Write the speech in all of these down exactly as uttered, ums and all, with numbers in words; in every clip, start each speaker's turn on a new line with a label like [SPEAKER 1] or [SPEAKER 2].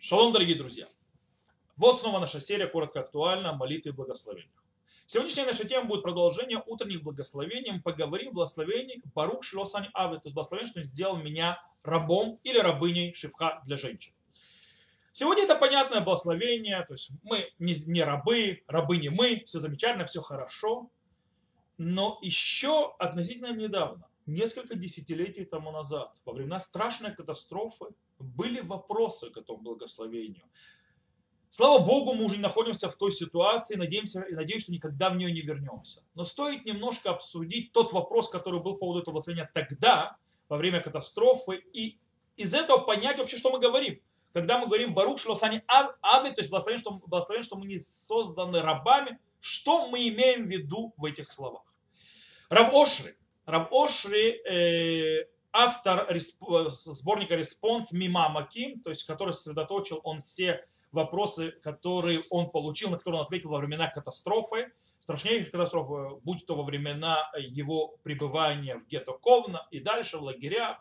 [SPEAKER 1] Шалом, дорогие друзья! Вот снова наша серия «Коротко актуально» о молитве и благословениях. Сегодняшняя наша тема будет продолжение утренних благословений. Мы поговорим о благословении Барух Шлосани Аве, то есть благословение, что сделал меня рабом или рабыней шифха для женщин. Сегодня это понятное благословение, то есть мы не, не рабы, рабы не мы, все замечательно, все хорошо. Но еще относительно недавно, несколько десятилетий тому назад, во времена страшной катастрофы, были вопросы к этому благословению. Слава Богу, мы уже находимся в той ситуации, надеемся, и надеюсь, что никогда в нее не вернемся. Но стоит немножко обсудить тот вопрос, который был по поводу этого благословения тогда, во время катастрофы, и из этого понять вообще, что мы говорим. Когда мы говорим «Барух шлосани ави», то есть благословение, что, благословение, что мы не созданы рабами, что мы имеем в виду в этих словах. Рав Ошри, Рав Ошри, э, автор респ... сборника «Респонс Мима Маким», то есть который сосредоточил он все вопросы, которые он получил, на которые он ответил во времена катастрофы, страшнейшей катастрофы, будь то во времена его пребывания в гетто Ковна и дальше в лагерях.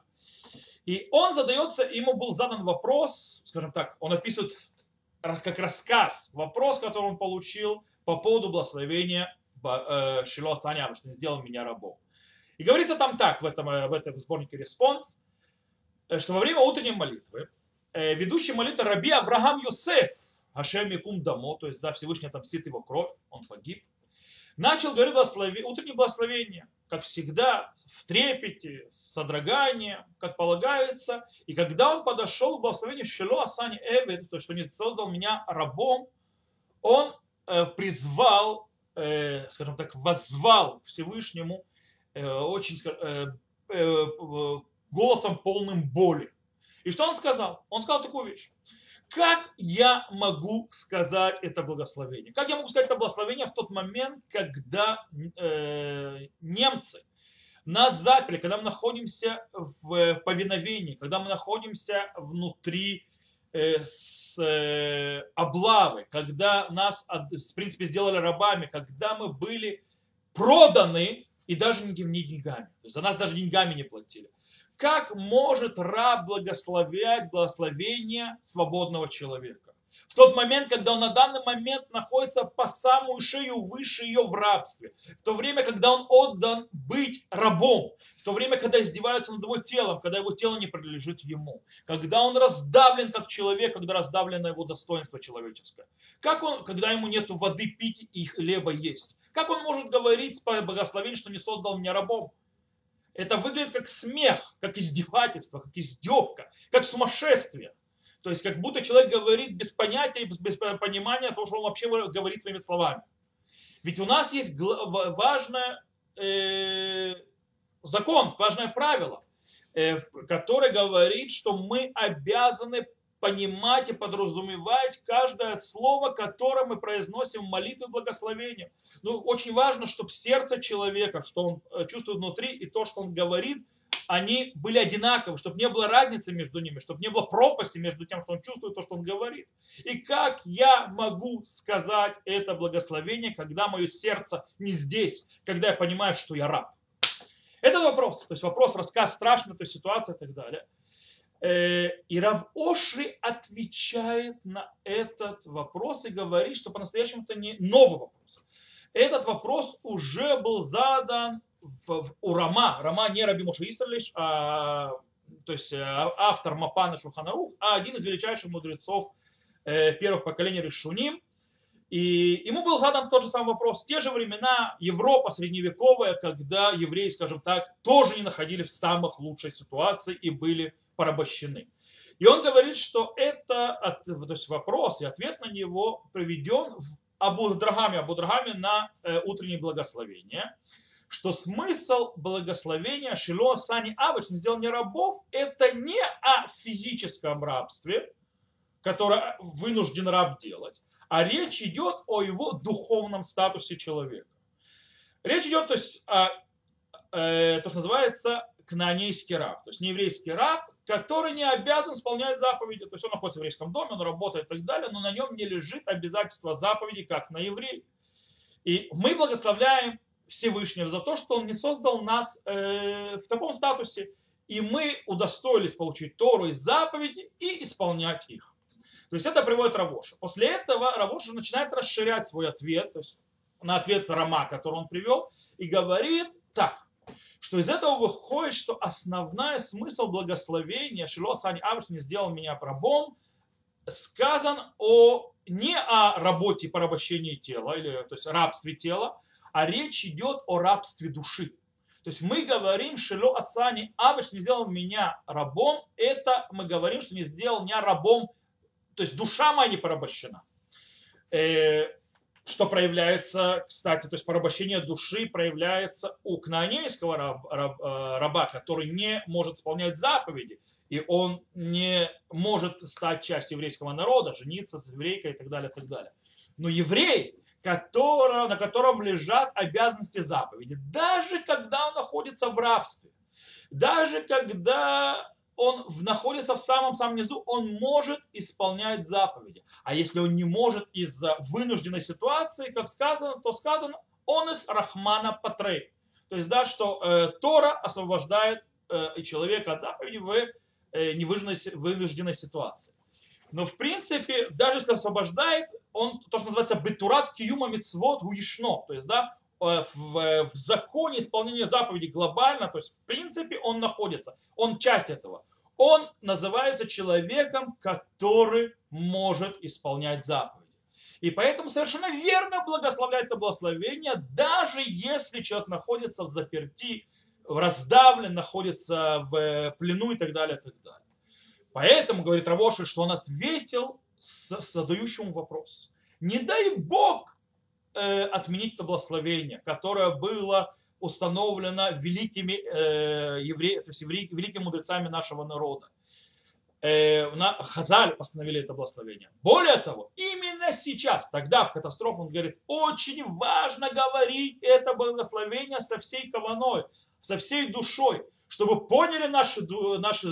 [SPEAKER 1] И он задается, ему был задан вопрос, скажем так, он описывает как рассказ, вопрос, который он получил по поводу благословения Шило Саня, что не сделал меня рабом. И говорится там так, в этом, в этом сборнике «Респонс», что во время утренней молитвы ведущий молитвы раби Авраам Йосеф, Ашем Якум Дамо, то есть да, Всевышний отомстит его кровь, он погиб, начал говорить благословение, утреннее благословение, как всегда, в трепете, с содроганием, как полагается. И когда он подошел к благословению Шило Асани Эвед, то есть что не создал меня рабом, он э, призвал, э, скажем так, воззвал к Всевышнему э, очень э, э, голосом полным боли. И что он сказал? Он сказал такую вещь. Как я могу сказать это благословение? Как я могу сказать это благословение в тот момент, когда э, немцы нас заперли, когда мы находимся в повиновении, когда мы находимся внутри э, с, э, облавы, когда нас, в принципе, сделали рабами, когда мы были проданы и даже не деньгами. То есть за нас даже деньгами не платили. Как может раб благословлять благословение свободного человека? В тот момент, когда он на данный момент находится по самую шею выше ее в рабстве. В то время, когда он отдан быть рабом. В то время, когда издеваются над его телом, когда его тело не принадлежит ему. Когда он раздавлен как человек, когда раздавлено его достоинство человеческое. Как он, когда ему нет воды пить и хлеба есть. Как он может говорить по благословению, что не создал меня рабом? Это выглядит как смех, как издевательство, как издевка, как сумасшествие. То есть как будто человек говорит без понятия, без, без понимания того, что он вообще говорит своими словами. Ведь у нас есть важный э, закон, важное правило, э, которое говорит, что мы обязаны понимать и подразумевать каждое слово, которое мы произносим в молитве благословения. Ну, очень важно, чтобы сердце человека, что он чувствует внутри, и то, что он говорит, они были одинаковы, чтобы не было разницы между ними, чтобы не было пропасти между тем, что он чувствует, и то, что он говорит. И как я могу сказать это благословение, когда мое сердце не здесь, когда я понимаю, что я раб? Это вопрос. То есть вопрос, рассказ страшной той ситуации и так далее. И Рав Ошри отвечает на этот вопрос и говорит, что по-настоящему это не новый вопрос. Этот вопрос уже был задан в, в, у Рама. Рама не Раби Моше Исерлиш, а, то есть автор Мапана Шулхан Арух, а один из величайших мудрецов э, первых поколений Решуним. И ему был задан тот же самый вопрос. В те же времена Европа средневековая, когда евреи, скажем так, тоже не находились в самых лучшей ситуации и были порабощены. И он говорит, что это то есть вопрос и ответ на него приведен в Абу-Драгаме, Абу-Драгаме на э, утреннее благословение, что смысл благословения Шило Сани Ави, что сделал мне рабов, это не о физическом рабстве, которое вынужден раб делать, а речь идет о его духовном статусе человека. Речь идет, то есть, о, э, то, что называется кнаанейский раб, то есть не еврейский раб, который не обязан исполнять заповеди. То есть он находится в еврейском доме, он работает и так далее, но на нем не лежит обязательство заповедей, как на еврея. И мы благословляем Всевышнего за то, что он не создал нас э, в таком статусе. И мы удостоились получить Тору и заповеди и исполнять их. То есть это приводит Равоша. После этого Равоша начинает расширять свой ответ, то есть на ответ Рама, который он привел, и говорит так, что из этого выходит, что основной смысл благословения Шило Сани Авиш не сделал меня рабом, сказан о, не о работе порабощении тела, или, то есть рабстве тела, а речь идет о рабстве души. То есть мы говорим, Шило Асани Авиш не сделал меня рабом, это мы говорим, что не сделал меня рабом, то есть душа моя не порабощена. Что проявляется, кстати, то есть порабощение души проявляется у кнаанейского раб, раб, раба, который не может исполнять заповеди, и он не может стать частью еврейского народа, жениться с еврейкой и так далее, и так далее. Но еврей, который, на котором лежат обязанности заповеди, даже когда он находится в рабстве, даже когда он находится в самом-самом низу, он может исполнять заповеди. А если он не может из-за вынужденной ситуации, как сказано, то сказано, он из Рахмана Патрей. То есть, да, что э, Тора освобождает э, человека от заповеди в э, невынужденной ситуации. Но в принципе, даже если освобождает, он, то, что называется бетурат киюма мицвот гуишно, то есть, да, в, в законе исполнения заповедей глобально, то есть в принципе он находится, он часть этого. Он называется человеком, который может исполнять заповеди. И поэтому совершенно верно благословлять это благословение, даже если человек находится в заперти, раздавлен, находится в плену и так далее, и так далее. Поэтому, говорит Равоши, что он ответил задающему вопрос. Не дай Бог отменить это благословение, которое было установлено великими, э, евре... то есть евре... великими мудрецами нашего народа. Э, на... Хазаль постановили это благословение. Более того, именно сейчас, тогда в катастрофе, он говорит, очень важно говорить это благословение со всей каваной, со всей душой, чтобы поняли наши, наши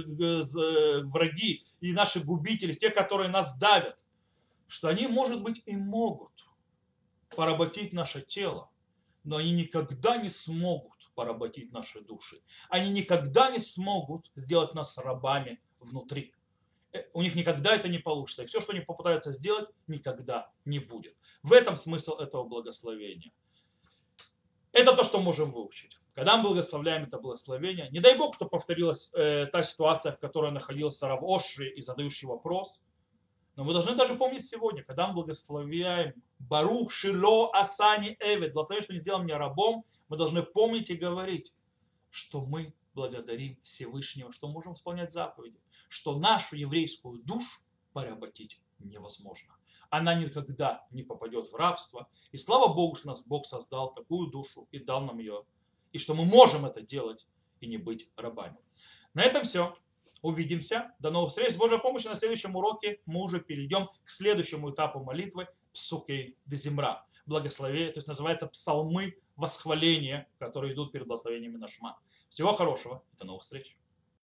[SPEAKER 1] враги и наши губители, те, которые нас давят, что они, может быть, и могут поработить наше тело, но они никогда не смогут поработить наши души. Они никогда не смогут сделать нас рабами внутри. У них никогда это не получится. И все, что они попытаются сделать, никогда не будет. В этом смысл этого благословения. Это то, что можем выучить. Когда мы благословляем это благословение, не дай Бог, что повторилась э, та ситуация, в которой находился Рав Ошри и задающий вопрос. Но мы должны даже помнить сегодня, когда мы благословляем Барух Шило Асани Эвет, благословение, что не сделал меня рабом, мы должны помнить и говорить, что мы благодарим Всевышнего, что можем исполнять заповеди, что нашу еврейскую душу поработить невозможно. Она никогда не попадет в рабство. И слава Богу, что нас Бог создал такую душу и дал нам ее. И что мы можем это делать и не быть рабами. На этом все. Увидимся. До новых встреч. С Божьей помощью на следующем уроке мы уже перейдем к следующему этапу молитвы Псукей Дезимра. Благословение, то есть называется псалмы восхваления, которые идут перед благословениями на Шма. Всего хорошего. До новых встреч.